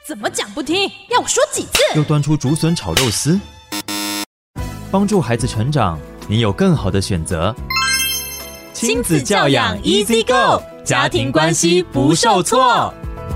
怎么讲不听？要我说几次？ 又端出竹笋炒肉丝。帮助孩子成长，你有更好的选择。 亲子教养 Easy Go， 家庭关系不受挫。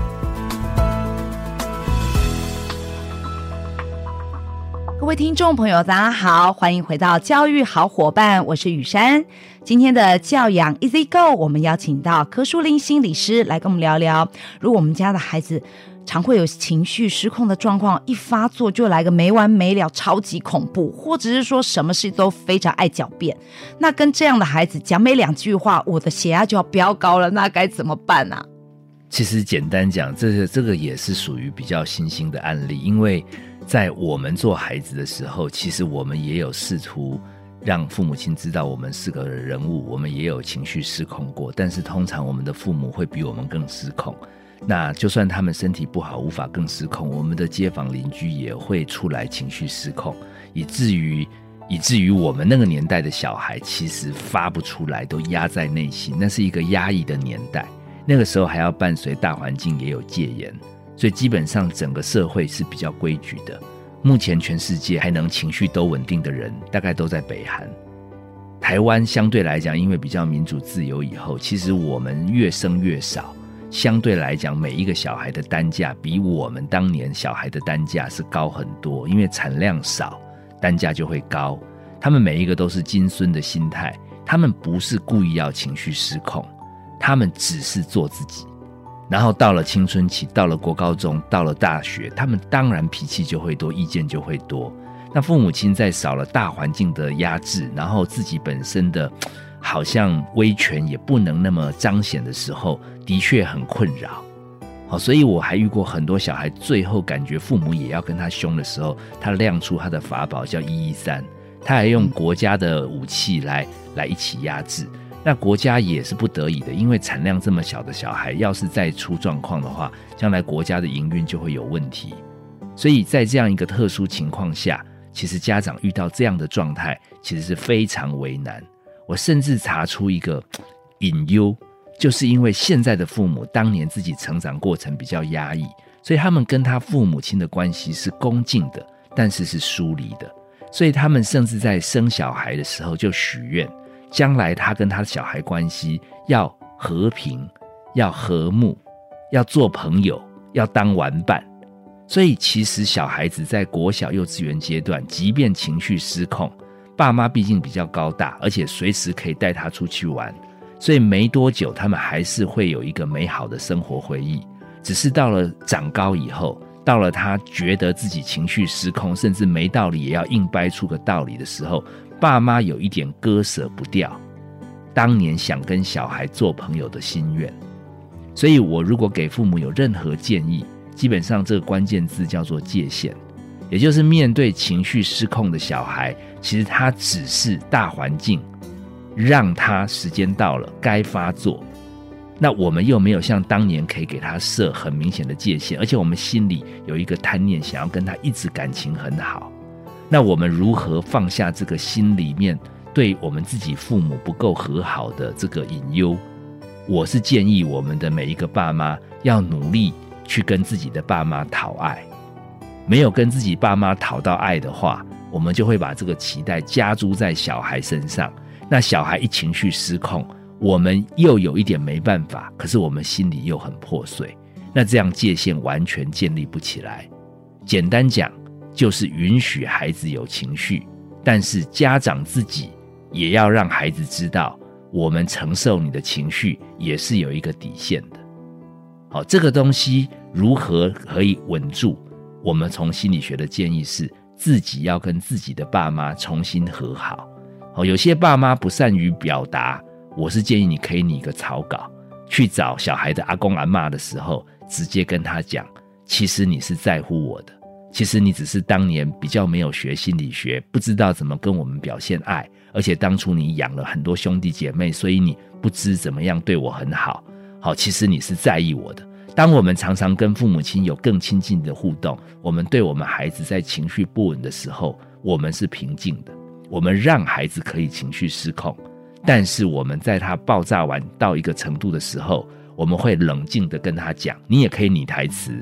各位听众朋友大家好，欢迎回到教育好伙伴，我是雨珊。今天的教养 Easy Go， 我们邀请到柯淑玲心理师来跟我们聊聊，如果我们家的孩子常会有情绪失控的状况，一发作就来个没完没了，超级恐怖，或者是说什么事都非常爱狡辩，那跟这样的孩子讲没两句话，我的血压就要飙高了，那该怎么办啊？ 其实简单讲，这个也是属于比较新兴的案例，因为在我们做孩子的时候，其实我们也有试图让父母亲知道我们是个人物，我们也有情绪失控过，但是通常我们的父母会比我们更失控。那就算他们身体不好无法更失控，我们的街坊邻居也会出来情绪失控，以至于我们那个年代的小孩其实发不出来，都压在内心，那是一个压抑的年代。那个时候还要伴随大环境也有戒严，所以基本上整个社会是比较规矩的。目前全世界还能情绪都稳定的人大概都在北韩。台湾相对来讲因为比较民主自由以后，其实我们越生越少，相对来讲每一个小孩的单价比我们当年小孩的单价是高很多，因为产量少单价就会高。他们每一个都是金孙的心态，他们不是故意要情绪失控，他们只是做自己。然后到了青春期，到了国高中，到了大学，他们当然脾气就会多，意见就会多。那父母亲在少了大环境的压制，然后自己本身的好像威权也不能那么彰显的时候，的确很困扰。所以我还遇过很多小孩最后感觉父母也要跟他凶的时候，他亮出他的法宝叫113，他还用国家的武器来一起压制。那国家也是不得已的，因为产量这么小的小孩要是再出状况的话，将来国家的营运就会有问题。所以在这样一个特殊情况下，其实家长遇到这样的状态其实是非常为难。我甚至查出一个隐忧，就是因为现在的父母当年自己成长过程比较压抑，所以他们跟他父母亲的关系是恭敬的，但是是疏离的。所以他们甚至在生小孩的时候就许愿，将来他跟他小孩关系要和平，要和睦，要做朋友，要当玩伴。所以其实小孩子在国小幼稚园阶段，即便情绪失控，爸妈毕竟比较高大，而且随时可以带他出去玩，所以没多久他们还是会有一个美好的生活回忆。只是到了长高以后，到了他觉得自己情绪失控，甚至没道理也要硬掰出个道理的时候，爸妈有一点割舍不掉当年想跟小孩做朋友的心愿。所以我如果给父母有任何建议，基本上这个关键字叫做界限，也就是面对情绪失控的小孩，其实他只是大环境让他时间到了该发作，那我们又没有像当年可以给他设很明显的界限，而且我们心里有一个贪念，想要跟他一直感情很好。那我们如何放下这个心里面对我们自己父母不够和好的这个隐忧？我是建议我们的每一个爸妈要努力去跟自己的爸妈讨爱。没有跟自己爸妈讨到爱的话，我们就会把这个期待加诸在小孩身上。那小孩一情绪失控，我们又有一点没办法，可是我们心里又很破碎，那这样界限完全建立不起来。简单讲，就是允许孩子有情绪，但是家长自己也要让孩子知道，我们承受你的情绪也是有一个底线的。好，这个东西如何可以稳住？我们从心理学的建议是，自己要跟自己的爸妈重新和好。有些爸妈不善于表达，我是建议你可以拟个草稿，去找小孩的阿公阿嬷的时候，直接跟他讲，其实你是在乎我的，其实你只是当年比较没有学心理学，不知道怎么跟我们表现爱，而且当初你养了很多兄弟姐妹，所以你不知怎么样对我很好。好，其实你是在意我的。当我们常常跟父母亲有更亲近的互动，我们对我们孩子在情绪不稳的时候，我们是平静的，我们让孩子可以情绪失控，但是我们在他爆炸完到一个程度的时候，我们会冷静的跟他讲，你也可以拟台词，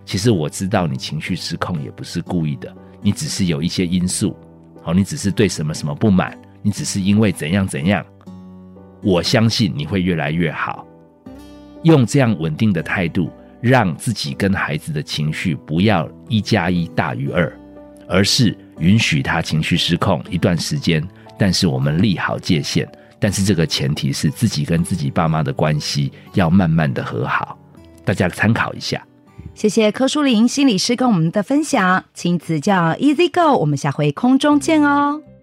其实我知道你情绪失控也不是故意的，你只是有一些因素，你只是对什么什么不满，你只是因为怎样怎样，我相信你会越来越好。用这样稳定的态度，让自己跟孩子的情绪不要1+1大于2，而是允许他情绪失控一段时间，但是我们立好界限，但是这个前提是自己跟自己爸妈的关系要慢慢的和好，大家参考一下。 谢谢柯淑玲心理师跟我们的分享，亲子教养 Easy Go， 我们下回空中见哦。